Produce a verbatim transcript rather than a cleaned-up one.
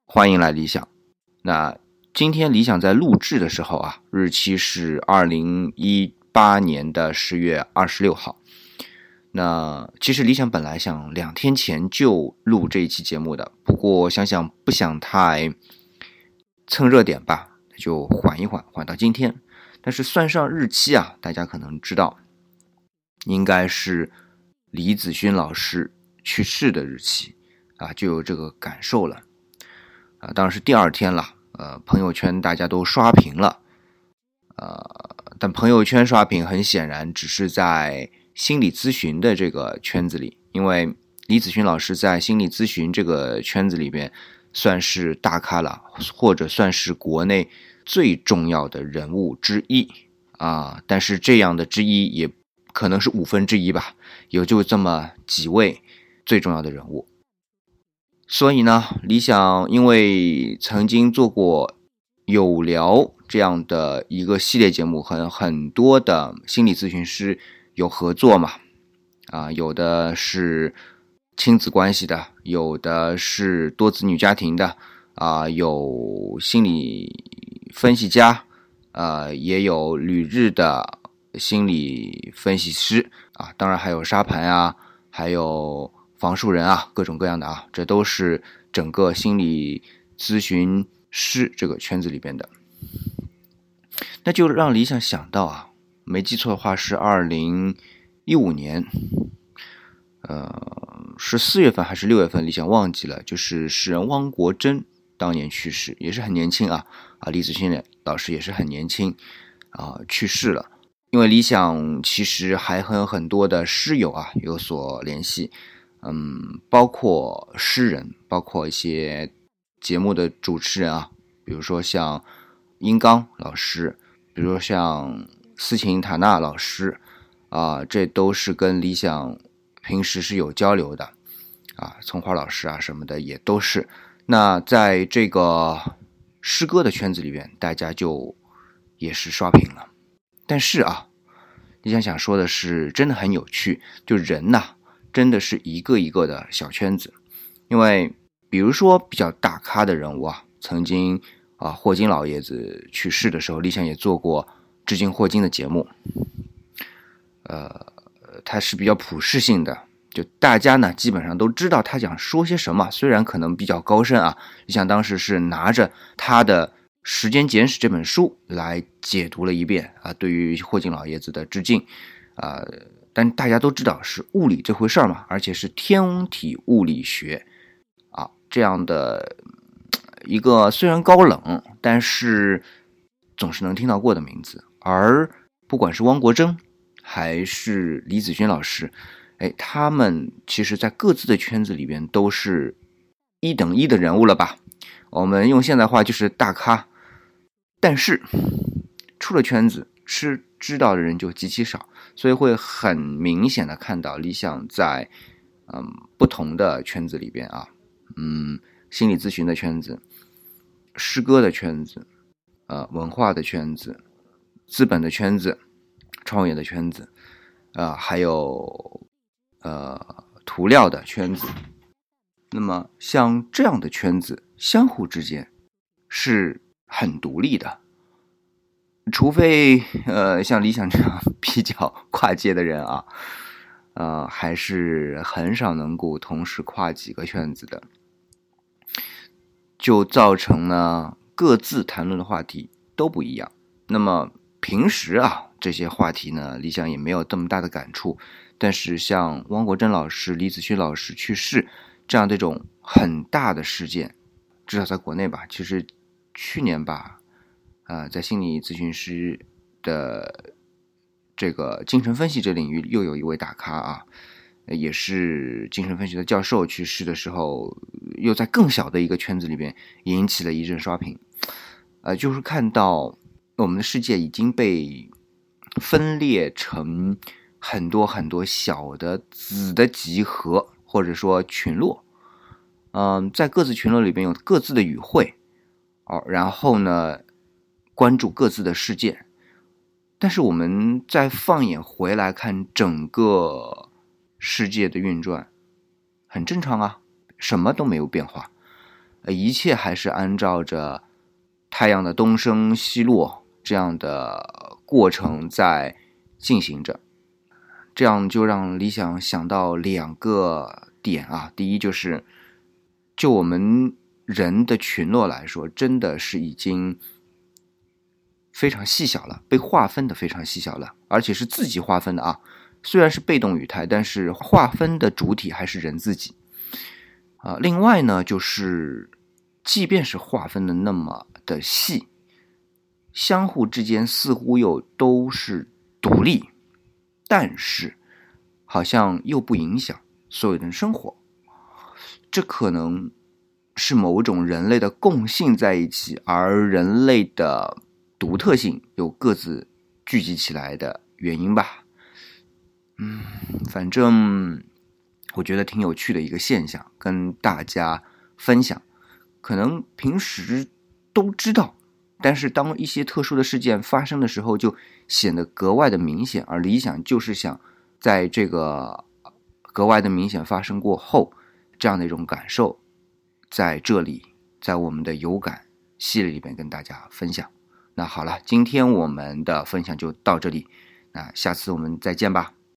欢迎来理想。那今天理想在录制的时候啊，日期是二零一八年的十月二十六号。那其实理想本来想两天前就录这一期节目的，不过想想不想太蹭热点吧，就缓一缓，缓到今天。但是算上日期啊，大家可能知道，应该是李子勋老师去世的日期啊，就有这个感受了。啊，当然是第二天了，呃，朋友圈大家都刷屏了，呃，但朋友圈刷屏很显然只是在心理咨询的这个圈子里，因为李子勋老师在心理咨询这个圈子里边算是大咖了，或者算是国内最重要的人物之一啊，但是这样的之一也可能是五分之一吧，有就这么几位最重要的人物。所以呢，理想因为曾经做过有聊这样的一个系列节目，和很多的心理咨询师有合作嘛，啊，有的是亲子关系的，有的是多子女家庭的，啊，有心理分析家，啊，也有旅日的心理分析师啊，当然还有沙盘啊，还有房树人啊，各种各样的啊，这都是整个心理咨询师这个圈子里边的。那就让理想想到啊，没记错的话是二零一五年，呃，是四月份还是六月份，理想忘记了，就是诗人汪国真当年去世，也是很年轻啊，啊，李子勋老师也是很年轻啊，去世了。因为理想其实还和很多的诗友啊有所联系。嗯，包括诗人，包括一些节目的主持人啊，比如说像殷刚老师，比如说像斯琴塔纳老师啊，这都是跟理想平时是有交流的啊，葱花老师啊什么的也都是。那在这个诗歌的圈子里边，大家就也是刷屏了。但是啊，理想想说的是，真的很有趣，就人呐、啊。真的是一个一个的小圈子，因为比如说比较大咖的人物啊，曾经啊霍金老爷子去世的时候，理想也做过致敬霍金的节目，呃，他是比较普世性的，就大家呢基本上都知道他想说些什么，虽然可能比较高深啊，理想当时是拿着他的《时间简史》这本书来解读了一遍啊，对于霍金老爷子的致敬啊。但大家都知道是物理这回事嘛，而且是天体物理学啊，这样的一个虽然高冷，但是总是能听到过的名字。而不管是汪国真还是李子勋老师，哎，他们其实在各自的圈子里边都是一等一的人物了吧？我们用现代话就是大咖，但是出了圈子，是知道的人就极其少。所以会很明显的看到理想在嗯不同的圈子里边啊，嗯心理咨询的圈子、诗歌的圈子、呃文化的圈子、资本的圈子、创业的圈子啊、呃，还有呃涂料的圈子。那么像这样的圈子相互之间是很独立的。除非呃像理想这样比较跨界的人啊，呃还是很少能够同时跨几个圈子的，就造成呢各自谈论的话题都不一样。那么平时啊这些话题呢，理想也没有这么大的感触，但是像汪国真老师、李子勋老师去世这样这种很大的事件，至少在国内吧，其实去年吧。呃，在心理咨询师的这个精神分析这领域，又有一位大咖啊，也是精神分析的教授去世的时候，又在更小的一个圈子里边引起了一阵刷屏。呃，就是看到我们的世界已经被分裂成很多很多小的子的集合，或者说群落。嗯、呃，在各自群落里边有各自的语汇，哦，然后呢，关注各自的事件。但是我们再放眼回来看整个世界的运转，很正常啊，什么都没有变化。 呃，一切还是按照着太阳的东升西落这样的过程在进行着。这样就让理想想到两个点啊，第一就是就我们人的群落来说，真的是已经非常细小了，被划分的非常细小了，而且是自己划分的啊。虽然是被动语态，但是划分的主体还是人自己啊。另外呢，就是即便是划分的那么的细，相互之间似乎又都是独立，但是好像又不影响所有人生活。这可能是某种人类的共性在一起，而人类的独特性又各自聚集起来的原因吧。嗯，反正我觉得挺有趣的一个现象，跟大家分享。可能平时都知道，但是当一些特殊的事件发生的时候，就显得格外的明显。而理想就是想在这个格外的明显发生过后，这样的一种感受，在这里，在我们的有感系列里面跟大家分享。那好了，今天我们的分享就到这里，那下次我们再见吧。